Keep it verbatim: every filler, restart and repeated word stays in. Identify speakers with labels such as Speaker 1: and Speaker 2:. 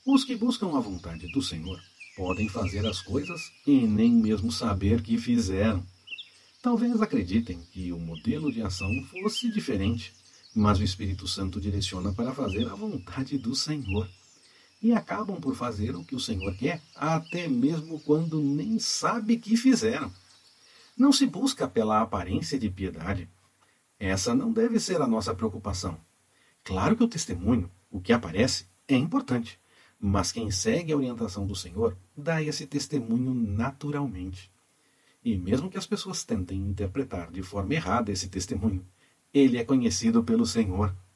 Speaker 1: Os que buscam a vontade do Senhor podem fazer as coisas e nem mesmo saber que fizeram. Talvez acreditem que o modelo de ação fosse diferente, mas o Espírito Santo direciona para fazer a vontade do Senhor. E acabam por fazer o que o Senhor quer, até mesmo quando nem sabe que fizeram. Não se busca pela aparência de piedade. Essa não deve ser a nossa preocupação. Claro que o testemunho, o que aparece, é importante, mas quem segue a orientação do Senhor dá esse testemunho naturalmente. E mesmo que as pessoas tentem interpretar de forma errada esse testemunho, ele é conhecido pelo Senhor.